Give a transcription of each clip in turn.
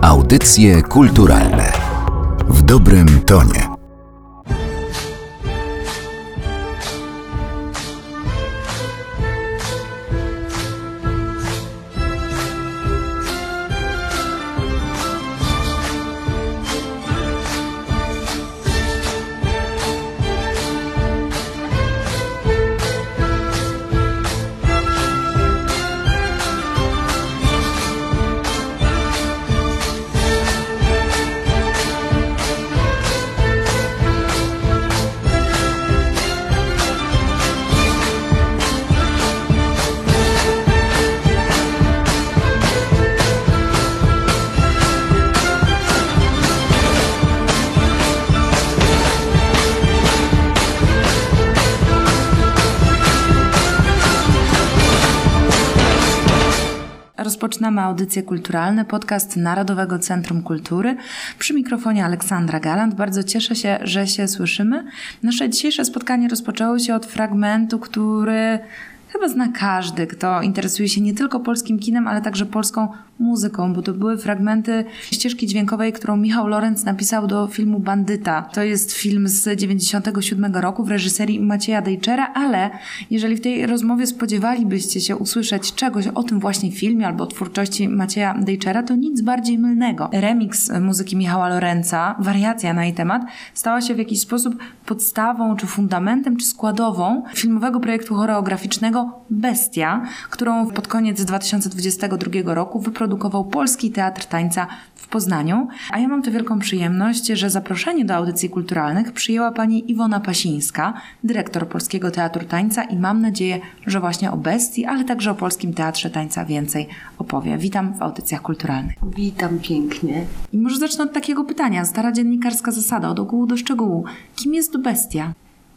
Audycje kulturalne w dobrym tonie. Rozpoczynamy audycje kulturalne, podcast Narodowego Centrum Kultury. Przy mikrofonie Aleksandra Galant. Bardzo cieszę się, że się słyszymy. Nasze dzisiejsze spotkanie rozpoczęło się od fragmentu, który chyba zna każdy, kto interesuje się nie tylko polskim kinem, ale także polską muzyką, bo to były fragmenty ścieżki dźwiękowej, którą Michał Lorenc napisał do filmu Bandyta. To jest film z 1997 roku w reżyserii Macieja Dejczera, ale jeżeli w tej rozmowie spodziewalibyście się usłyszeć czegoś o tym właśnie filmie albo o twórczości Macieja Dejczera, to nic bardziej mylnego. Remix muzyki Michała Lorenca, wariacja na jej temat, stała się w jakiś sposób podstawą, czy fundamentem, czy składową filmowego projektu choreograficznego Bestia, którą pod koniec 2022 roku wyprodukował Polski Teatr Tańca w Poznaniu. A ja mam tę wielką przyjemność, że zaproszenie do audycji kulturalnych przyjęła pani Iwona Pasińska, dyrektor Polskiego Teatru Tańca, i mam nadzieję, że właśnie o Bestii, ale także o Polskim Teatrze Tańca więcej opowie. Witam w audycjach kulturalnych. Witam pięknie. I może zacznę od takiego pytania. Stara dziennikarska zasada, od ogółu do szczegółu. Kim jest Bestia?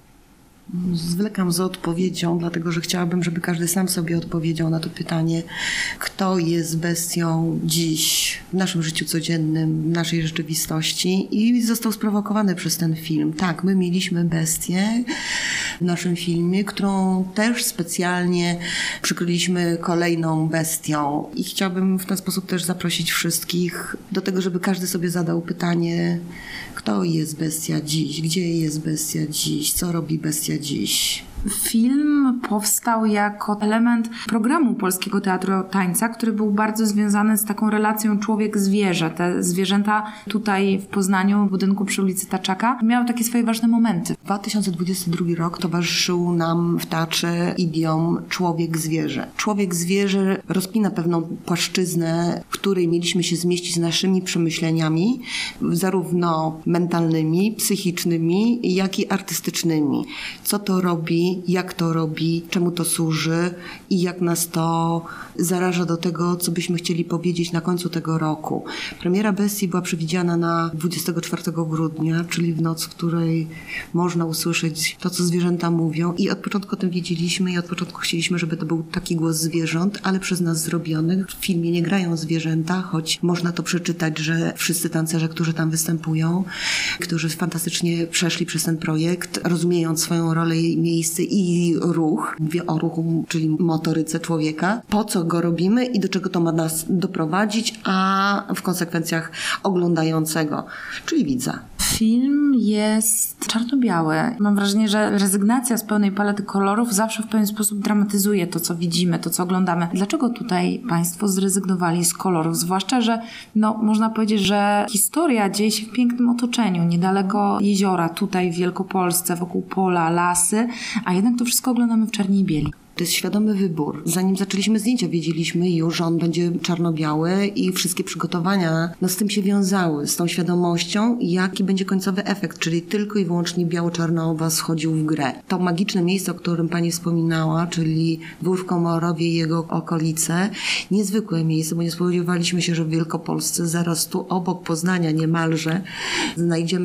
Zwlekam z odpowiedzią, dlatego że chciałabym, żeby każdy sam sobie odpowiedział na to pytanie, kto jest bestią dziś w naszym życiu codziennym, w naszej rzeczywistości, i został sprowokowany przez ten film. Tak, my mieliśmy bestię w naszym filmie, którą też specjalnie przykryliśmy kolejną bestią, i chciałabym w ten sposób też zaprosić wszystkich do tego, żeby każdy sobie zadał pytanie, kto jest bestia dziś, gdzie jest bestia dziś, co robi bestia dziś. Film powstał jako element programu Polskiego Teatru Tańca, który był bardzo związany z taką relacją człowiek-zwierzę. Te zwierzęta tutaj w Poznaniu, w budynku przy ulicy Taczaka, miały takie swoje ważne momenty. 2022 rok towarzyszył nam w teatrze idiom człowiek-zwierzę. Człowiek-zwierzę rozpina pewną płaszczyznę, w której mieliśmy się zmieścić z naszymi przemyśleniami, zarówno mentalnymi, psychicznymi, jak i artystycznymi. Co to robi, jak to robi, czemu to służy i jak nas to zaraża do tego, co byśmy chcieli powiedzieć na końcu tego roku. Premiera Bestii była przewidziana na 24 grudnia, czyli w noc, w której można usłyszeć to, co zwierzęta mówią, i od początku o tym wiedzieliśmy i od początku chcieliśmy, żeby to był taki głos zwierząt, ale przez nas zrobiony. W filmie nie grają zwierzęta, choć można to przeczytać, że wszyscy tancerze, którzy tam występują, którzy fantastycznie przeszli przez ten projekt, rozumiejąc swoją rolę i miejsce i ruch, mówię o ruchu, czyli motoryce człowieka, po co go robimy i do czego to ma nas doprowadzić, a w konsekwencjach oglądającego, czyli widza. Film jest czarno-biały. Mam wrażenie, że rezygnacja z pełnej palety kolorów zawsze w pewien sposób dramatyzuje to, co widzimy, to, co oglądamy. Dlaczego tutaj Państwo zrezygnowali z kolorów? Zwłaszcza, że można powiedzieć, że historia dzieje się w pięknym otoczeniu, niedaleko jeziora, tutaj w Wielkopolsce, wokół pola, lasy, a jednak to wszystko oglądamy w czerni i bieli. To jest świadomy wybór. Zanim zaczęliśmy zdjęcia, wiedzieliśmy już, że on będzie czarno-biały, i wszystkie przygotowania z tym się wiązały, z tą świadomością, jaki będzie końcowy efekt, czyli tylko i wyłącznie biało-czarny obraz wchodził w grę. To magiczne miejsce, o którym Pani wspominała, czyli Dwór w Komorowie i jego okolice, niezwykłe miejsce, bo nie spodziewaliśmy się, że w Wielkopolsce, zaraz tu obok Poznania niemalże, znajdziemy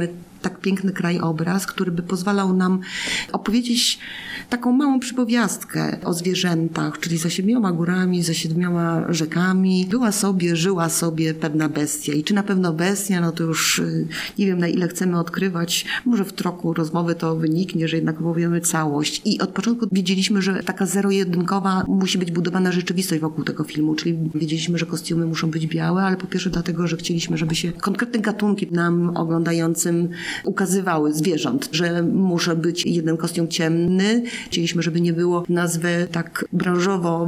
tak piękny krajobraz, który by pozwalał nam opowiedzieć taką małą przypowiastkę o zwierzętach, czyli za 7 górami, za 7 rzekami żyła sobie pewna bestia. I czy na pewno bestia, no to już nie wiem, na ile chcemy odkrywać. Może w toku rozmowy to wyniknie, że jednak opowiemy całość. I od początku wiedzieliśmy, że taka zero-jedynkowa musi być budowana rzeczywistość wokół tego filmu, czyli wiedzieliśmy, że kostiumy muszą być białe, ale po pierwsze dlatego, że chcieliśmy, żeby się konkretne gatunki nam oglądającym ukazywały zwierząt, że muszę być jeden kostium ciemny. Chcieliśmy, żeby nie było nazwy tak branżowo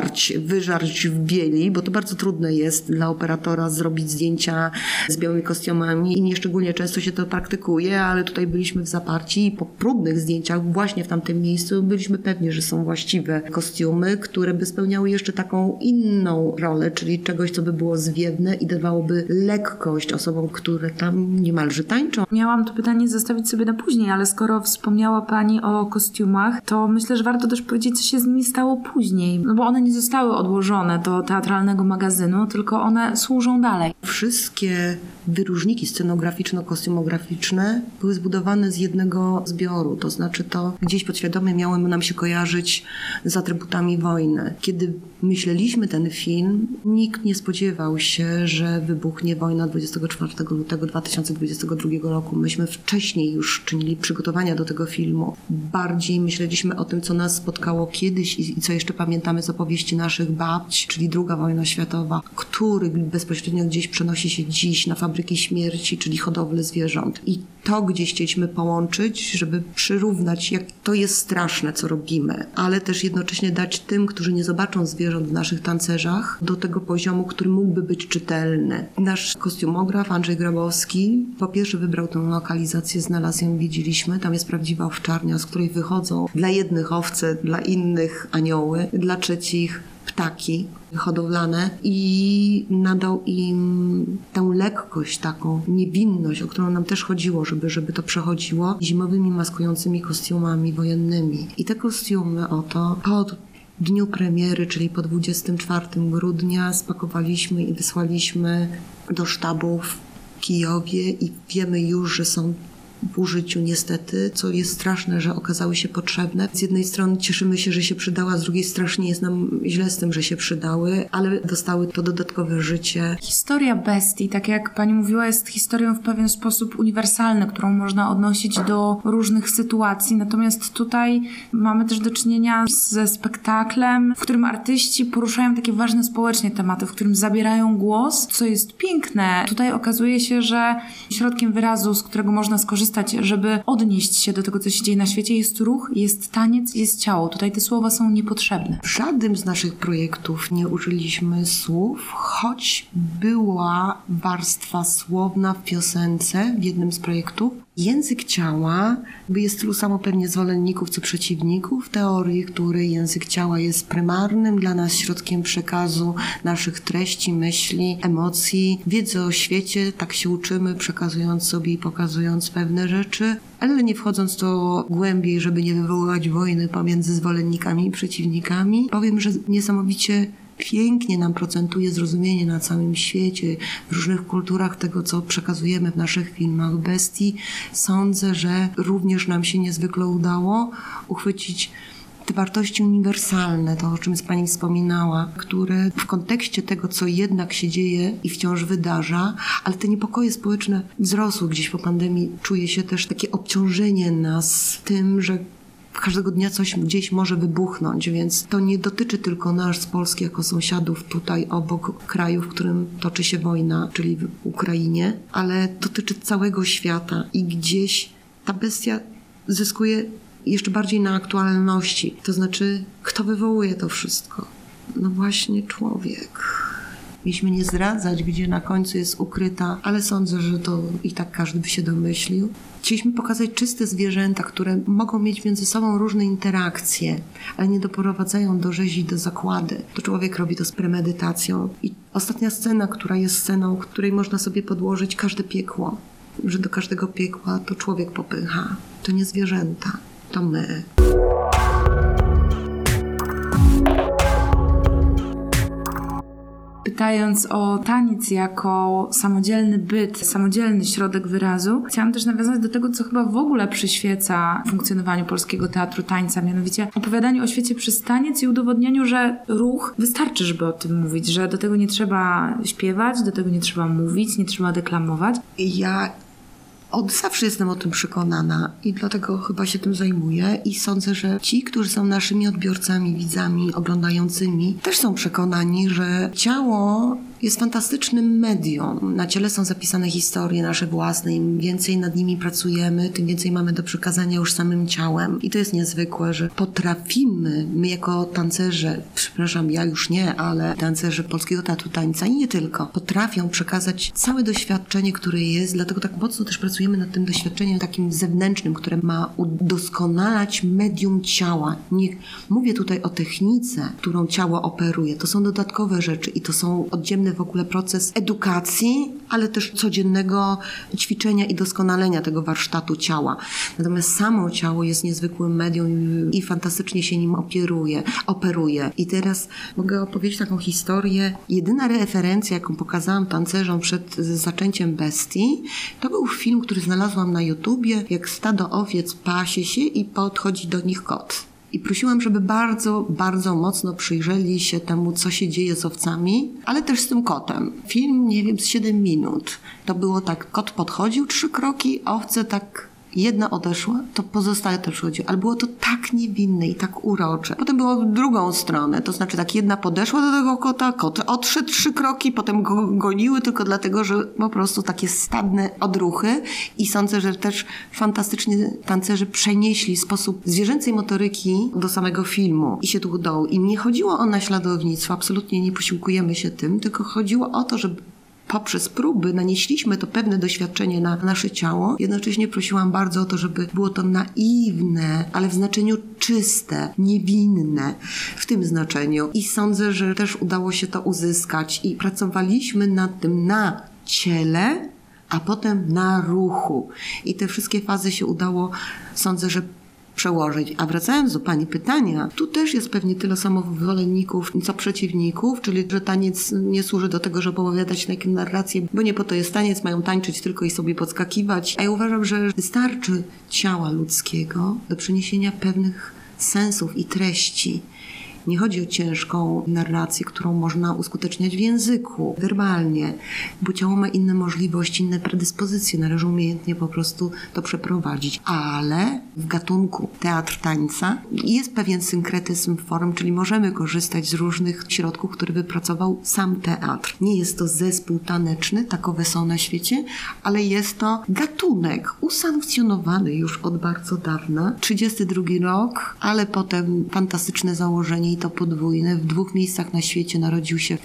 wyżarć w bieli, bo to bardzo trudne jest dla operatora zrobić zdjęcia z białymi kostiumami i nieszczególnie często się to praktykuje, ale tutaj byliśmy w zaparci i po próbnych zdjęciach właśnie w tamtym miejscu byliśmy pewni, że są właściwe kostiumy, które by spełniały jeszcze taką inną rolę, czyli czegoś, co by było zwiewne i dawałoby lekkość osobom, które tam niemalże tańczą. Miałam to pytanie zostawić sobie na później, ale skoro wspomniała Pani o kostiumach, to myślę, że warto też powiedzieć, co się z nimi stało później. No bo one nie zostały odłożone do teatralnego magazynu, tylko one służą dalej. Wszystkie wyróżniki scenograficzno-kostiumograficzne były zbudowane z jednego zbioru, to znaczy to gdzieś podświadomie miało nam się kojarzyć z atrybutami wojny. Kiedy myśleliśmy ten film, nikt nie spodziewał się, że wybuchnie wojna 24 lutego 2022 roku. Myśmy wcześniej już czynili przygotowania do tego filmu. Bardziej myśleliśmy o tym, co nas spotkało kiedyś i co jeszcze pamiętamy z opowieści naszych babci, czyli II wojna światowa, który bezpośrednio gdzieś przenosi się dziś na fabryki śmierci, czyli hodowlę zwierząt. I to gdzieś chcieliśmy połączyć, żeby przyrównać, jak to jest straszne, co robimy, ale też jednocześnie dać tym, którzy nie zobaczą zwierząt w naszych tancerzach, do tego poziomu, który mógłby być czytelny. Nasz kostiumograf Andrzej Grabowski po pierwsze wybrał tę lokalizację, znalazł ją, widzieliśmy. Tam jest prawdziwa owczarnia, z której wychodzą dla jednych owce, dla innych anioły, dla trzecich ptaki hodowlane i nadał im tę lekkość, taką niewinność, o którą nam też chodziło, żeby to przechodziło zimowymi maskującymi kostiumami wojennymi. I te kostiumy oto po dniu premiery, czyli po 24 grudnia spakowaliśmy i wysłaliśmy do sztabów w Kijowie i wiemy już, że są w użyciu niestety, co jest straszne, że okazały się potrzebne. Z jednej strony cieszymy się, że się przydała, z drugiej strasznie jest nam źle z tym, że się przydały, ale dostały to dodatkowe życie. Historia bestii, tak jak Pani mówiła, jest historią w pewien sposób uniwersalny, którą można odnosić do różnych sytuacji. Natomiast tutaj mamy też do czynienia ze spektaklem, w którym artyści poruszają takie ważne społecznie tematy, w którym zabierają głos, co jest piękne. Tutaj okazuje się, że środkiem wyrazu, z którego można skorzystać, żeby odnieść się do tego, co się dzieje na świecie, jest ruch, jest taniec, jest ciało. Tutaj te słowa są niepotrzebne. W żadnym z naszych projektów nie użyliśmy słów, choć była warstwa słowna w piosence w jednym z projektów. Język ciała jest tylu samo pewnie zwolenników, co przeciwników teorii, której język ciała jest prymarnym dla nas środkiem przekazu naszych treści, myśli, emocji, wiedzy o świecie. Tak się uczymy, przekazując sobie i pokazując pewne rzeczy, ale nie wchodząc to głębiej, żeby nie wywoływać wojny pomiędzy zwolennikami i przeciwnikami. Powiem, że niesamowicie pięknie nam procentuje zrozumienie na całym świecie, w różnych kulturach tego, co przekazujemy w naszych filmach bestii. Sądzę, że również nam się niezwykle udało uchwycić te wartości uniwersalne, to o czym Pani wspominała, które w kontekście tego, co jednak się dzieje i wciąż wydarza, ale te niepokoje społeczne wzrosły gdzieś po pandemii. Czuje się też takie obciążenie nas tym, że każdego dnia coś gdzieś może wybuchnąć, więc to nie dotyczy tylko nas z Polski jako sąsiadów tutaj obok kraju, w którym toczy się wojna, czyli w Ukrainie, ale dotyczy całego świata i gdzieś ta bestia zyskuje jeszcze bardziej na aktualności. To znaczy, kto wywołuje to wszystko? No właśnie człowiek. Mieliśmy nie zdradzać, gdzie na końcu jest ukryta, ale sądzę, że to i tak każdy by się domyślił. Chcieliśmy pokazać czyste zwierzęta, które mogą mieć między sobą różne interakcje, ale nie doprowadzają do rzezi, do zagłady. To człowiek robi to z premedytacją. I ostatnia scena, która jest sceną, w której można sobie podłożyć każde piekło, że do każdego piekła to człowiek popycha. To nie zwierzęta, to my. pytając o taniec jako samodzielny byt, samodzielny środek wyrazu, chciałam też nawiązać do tego, co chyba w ogóle przyświeca funkcjonowaniu Polskiego Teatru Tańca, mianowicie opowiadaniu o świecie przez taniec i udowodnieniu, że ruch wystarczy, żeby o tym mówić, że do tego nie trzeba śpiewać, do tego nie trzeba mówić, nie trzeba deklamować. Ja od zawsze jestem o tym przekonana i dlatego chyba się tym zajmuję i sądzę, że ci, którzy są naszymi odbiorcami, widzami, oglądającymi, też są przekonani, że ciało jest fantastycznym medium. Na ciele są zapisane historie nasze własne. Im więcej nad nimi pracujemy, tym więcej mamy do przekazania już samym ciałem. I to jest niezwykłe, że potrafimy, my jako tancerze, przepraszam, ja już nie, ale tancerze Polskiego Teatru Tańca i nie tylko, potrafią przekazać całe doświadczenie, które jest, dlatego tak mocno też pracujemy nad tym doświadczeniem takim zewnętrznym, które ma udoskonalać medium ciała. Nie mówię tutaj o technice, którą ciało operuje. To są dodatkowe rzeczy i to są oddzielne w ogóle proces edukacji, ale też codziennego ćwiczenia i doskonalenia tego warsztatu ciała. Natomiast samo ciało jest niezwykłym medium i fantastycznie się nim operuje. I teraz mogę opowiedzieć taką historię. Jedyna referencja, jaką pokazałam tancerzom przed zaczęciem Bestii, to był film, który znalazłam na YouTubie, jak stado owiec pasie się i podchodzi do nich kot. I prosiłam, żeby bardzo, bardzo mocno przyjrzeli się temu, co się dzieje z owcami, ale też z tym kotem. Film, nie wiem, z 7 minut. To było tak, kot podchodził 3 kroki, owce tak jedna odeszła, to pozostałe też chodziły. Ale było to tak niewinne i tak urocze. Potem było w drugą stronę, to znaczy tak jedna podeszła do tego kota, kot odszedł 3 kroki, potem go goniły tylko dlatego, że po prostu takie stadne odruchy i sądzę, że też fantastycznie tancerzy przenieśli sposób zwierzęcej motoryki do samego filmu i się tu udało. I nie chodziło o naśladownictwo, absolutnie nie posiłkujemy się tym, tylko chodziło o to, żeby poprzez próby nanieśliśmy to pewne doświadczenie na nasze ciało. Jednocześnie prosiłam bardzo o to, żeby było to naiwne, ale w znaczeniu czyste, niewinne w tym znaczeniu. I sądzę, że też udało się to uzyskać. I pracowaliśmy nad tym na ciele, a potem na ruchu. I te wszystkie fazy się udało, sądzę, że przełożyć. A wracając do Pani pytania, tu też jest pewnie tyle samo zwolenników, co przeciwników, czyli że taniec nie służy do tego, żeby opowiadać takie narracje, bo nie po to jest taniec, mają tańczyć tylko i sobie podskakiwać. A ja uważam, że wystarczy ciała ludzkiego do przeniesienia pewnych sensów i treści. Nie chodzi o ciężką narrację, którą można uskuteczniać w języku, werbalnie, bo ciało ma inne możliwości, inne predyspozycje, należy umiejętnie po prostu to przeprowadzić. Ale w gatunku teatr tańca jest pewien synkretyzm form, czyli możemy korzystać z różnych środków, które wypracował sam teatr. Nie jest to zespół taneczny, takowe są na świecie, ale jest to gatunek usankcjonowany już od bardzo dawna. 32 rok, ale potem fantastyczne założenie i to podwójne. W 2 miejscach na świecie narodził się w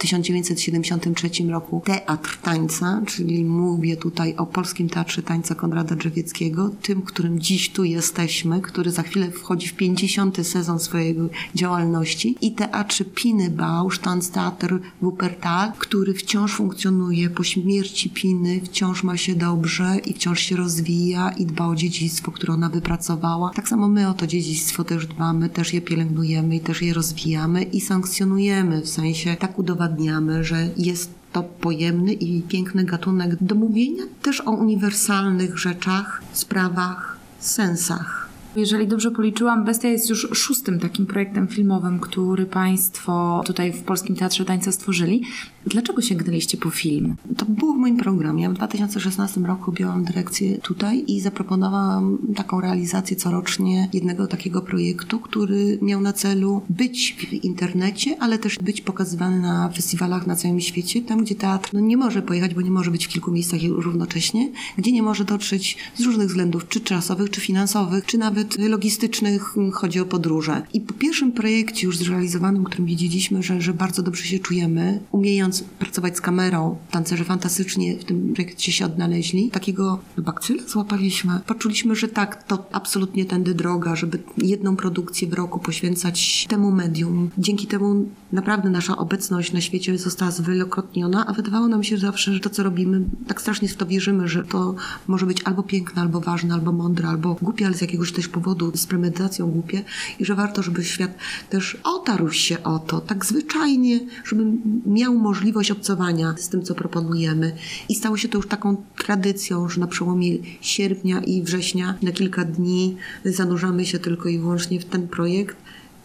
1973 roku Teatr Tańca, czyli mówię tutaj o Polskim Teatrze Tańca Konrada Drzewieckiego, tym, którym dziś tu jesteśmy, który za chwilę wchodzi w 50. sezon swojej działalności i Teatrze Piny Bausch, Tanztheater Wuppertal, który wciąż funkcjonuje po śmierci Piny, wciąż ma się dobrze i wciąż się rozwija i dba o dziedzictwo, które ona wypracowała. Tak samo my o to dziedzictwo też dbamy, też je pielęgnujemy i też je rozwijamy i sankcjonujemy, w sensie tak udowadniamy, że jest to pojemny i piękny gatunek do mówienia też o uniwersalnych rzeczach, sprawach, sensach. Jeżeli dobrze policzyłam, Bestia jest już 6. takim projektem filmowym, który Państwo tutaj w Polskim Teatrze Tańca stworzyli. Dlaczego sięgnęliście po film? To było w moim programie. W 2016 roku objęłam dyrekcję tutaj i zaproponowałam taką realizację corocznie jednego takiego projektu, który miał na celu być w internecie, ale też być pokazywany na festiwalach na całym świecie, tam gdzie teatr nie może pojechać, bo nie może być w kilku miejscach równocześnie, gdzie nie może dotrzeć z różnych względów, czy czasowych, czy finansowych, czy nawet logistycznych, chodzi o podróże. I po pierwszym projekcie już zrealizowanym, którym wiedzieliśmy, że bardzo dobrze się czujemy, umiejąc pracować z kamerą, tancerze fantastycznie w tym projekcie się odnaleźli. Takiego bakcyla złapaliśmy. Poczuliśmy, że tak, to absolutnie tędy droga, żeby jedną produkcję w roku poświęcać temu medium. Dzięki temu naprawdę nasza obecność na świecie została zwielokrotniona, a wydawało nam się zawsze, że to, co robimy, tak strasznie w to wierzymy, że to może być albo piękne, albo ważne, albo mądre, albo głupie, ale z jakiegoś też powodu, z premedytacją głupie i że warto, żeby świat też otarł się o to, tak zwyczajnie, żeby miał możliwość możliwość obcowania z tym, co proponujemy. I stało się to już taką tradycją, że na przełomie sierpnia i września na kilka dni zanurzamy się tylko i wyłącznie w ten projekt,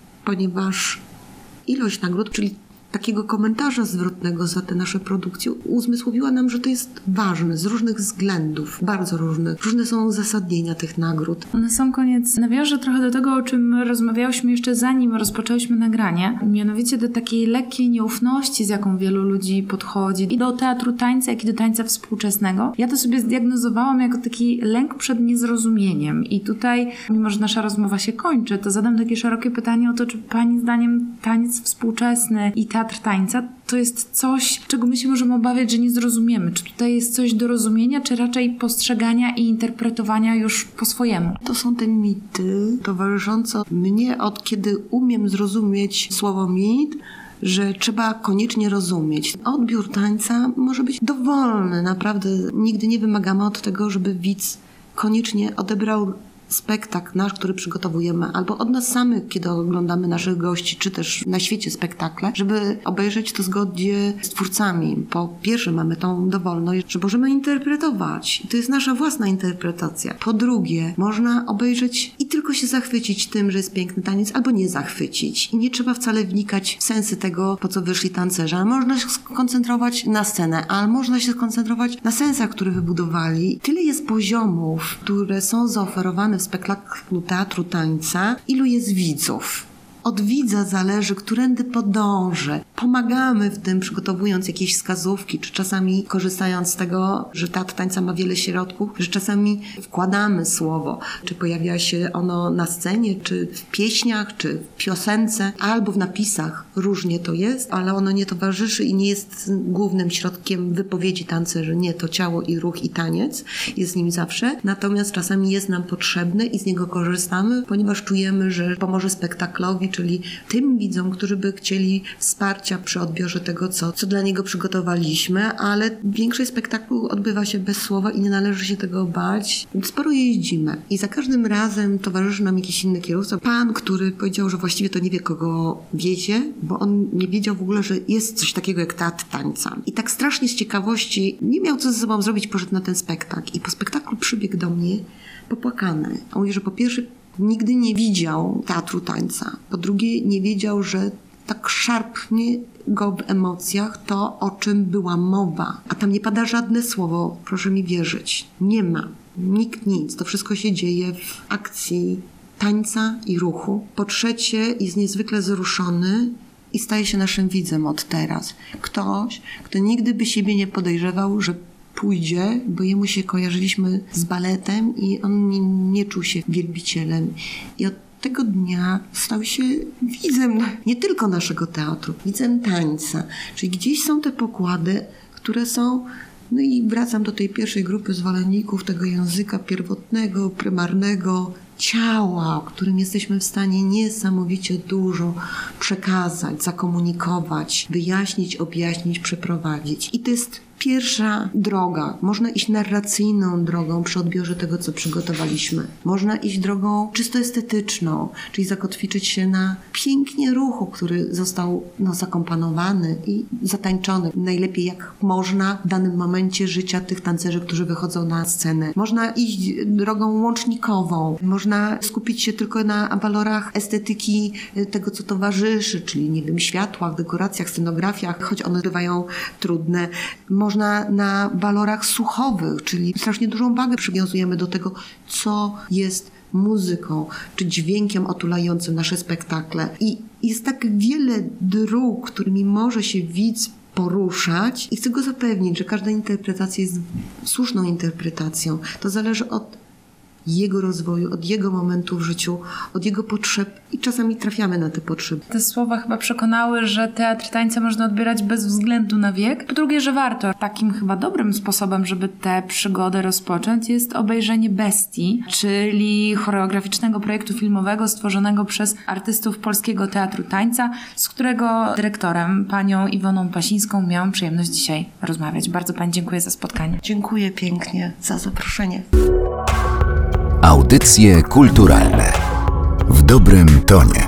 ponieważ ilość nagród, czyli takiego komentarza zwrotnego za te nasze produkcje uzmysłowiła nam, że to jest ważne z różnych względów, bardzo różnych. Różne są uzasadnienia tych nagród. Na sam koniec nawiążę trochę do tego, o czym rozmawiałyśmy jeszcze zanim rozpoczęłyśmy nagranie, mianowicie do takiej lekkiej nieufności, z jaką wielu ludzi podchodzi i do teatru tańca, jak i do tańca współczesnego. Ja to sobie zdiagnozowałam jako taki lęk przed niezrozumieniem i tutaj, mimo że nasza rozmowa się kończy, to zadam takie szerokie pytanie o to, czy Pani zdaniem taniec współczesny i teatr tańca to jest coś, czego my się możemy obawiać, że nie zrozumiemy. Czy tutaj jest coś do rozumienia, czy raczej postrzegania i interpretowania już po swojemu? To są te mity towarzyszące mnie, od kiedy umiem zrozumieć słowo mit, że trzeba koniecznie rozumieć. Odbiór tańca może być dowolny, naprawdę. Nigdy nie wymagamy od tego, żeby widz koniecznie odebrał spektakl nasz, który przygotowujemy, albo od nas samych, kiedy oglądamy naszych gości, czy też na świecie spektakle, żeby obejrzeć to zgodnie z twórcami. Po pierwsze, mamy tą dowolność, że możemy interpretować. To jest nasza własna interpretacja. Po drugie, można obejrzeć i tylko się zachwycić tym, że jest piękny taniec, albo nie zachwycić. I nie trzeba wcale wnikać w sensy tego, po co wyszli tancerze. Ale można się skoncentrować na scenę, ale można się skoncentrować na sensach, które wybudowali. Tyle jest poziomów, które są zaoferowane w spektaklu teatru tańca, ilu jest widzów. Od widza zależy, którędy podąży. Pomagamy w tym, przygotowując jakieś wskazówki, czy czasami korzystając z tego, że teatr tańca ma wiele środków, że czasami wkładamy słowo, czy pojawia się ono na scenie, czy w pieśniach, czy w piosence, albo w napisach. Różnie to jest, ale ono nie towarzyszy i nie jest głównym środkiem wypowiedzi tancerzy. Nie, to ciało i ruch i taniec jest z nim zawsze. Natomiast czasami jest nam potrzebne i z niego korzystamy, ponieważ czujemy, że pomoże spektaklowi, czyli tym widzom, którzy by chcieli wsparcia przy odbiorze tego, co dla niego przygotowaliśmy, ale większość spektaklu odbywa się bez słowa i nie należy się tego bać. Sporo jeździmy i za każdym razem towarzyszy nam jakiś inny kierowca. Pan, który powiedział, że właściwie to nie wie, kogo wiezie, bo on nie wiedział w ogóle, że jest coś takiego jak teatr tańca. I tak strasznie z ciekawości nie miał co ze sobą zrobić, poszedł na ten spektakl. I po spektaklu przybiegł do mnie popłakany. A mówi, że po pierwsze nigdy nie widział teatru tańca. Po drugie, nie wiedział, że tak szarpnie go w emocjach to, o czym była mowa. A tam nie pada żadne słowo, proszę mi wierzyć. Nie ma. Nikt nic. To wszystko się dzieje w akcji tańca i ruchu. Po trzecie, jest niezwykle wzruszony i staje się naszym widzem od teraz. Ktoś, kto nigdy by siebie nie podejrzewał, że pójdzie, bo jemu się kojarzyliśmy z baletem i on nie czuł się wielbicielem. I od tego dnia stał się widzem nie tylko naszego teatru, widzem tańca. Czyli gdzieś są te pokłady, które są, no i wracam do tej pierwszej grupy zwolenników tego języka pierwotnego, prymarnego, ciała, którym jesteśmy w stanie niesamowicie dużo przekazać, zakomunikować, wyjaśnić, objaśnić, przeprowadzić. I to jest pierwsza droga. Można iść narracyjną drogą przy odbiorze tego, co przygotowaliśmy. Można iść drogą czysto estetyczną, czyli zakotwiczyć się na pięknie ruchu, który został zakomponowany i zatańczony. Najlepiej jak można w danym momencie życia tych tancerzy, którzy wychodzą na scenę. Można iść drogą łącznikową. Można skupić się tylko na walorach estetyki tego, co towarzyszy, czyli nie wiem, światłach, dekoracjach, scenografiach, choć one bywają trudne. Można na walorach słuchowych, czyli strasznie dużą wagę przywiązujemy do tego, co jest muzyką, czy dźwiękiem otulającym nasze spektakle. I jest tak wiele dróg, którymi może się widz poruszać i chcę go zapewnić, że każda interpretacja jest słuszną interpretacją. To zależy od jego rozwoju, od jego momentu w życiu, od jego potrzeb i czasami trafiamy na te potrzeby. Te słowa chyba przekonały, że teatr tańca można odbierać bez względu na wiek. Po drugie, że warto. Takim chyba dobrym sposobem, żeby tę przygodę rozpocząć, jest obejrzenie Bestii, czyli choreograficznego projektu filmowego stworzonego przez artystów Polskiego Teatru Tańca, z którego dyrektorem, panią Iwoną Pasińską, miałam przyjemność dzisiaj rozmawiać. Bardzo pani dziękuję za spotkanie. Dziękuję pięknie za zaproszenie. Audycje kulturalne w dobrym tonie.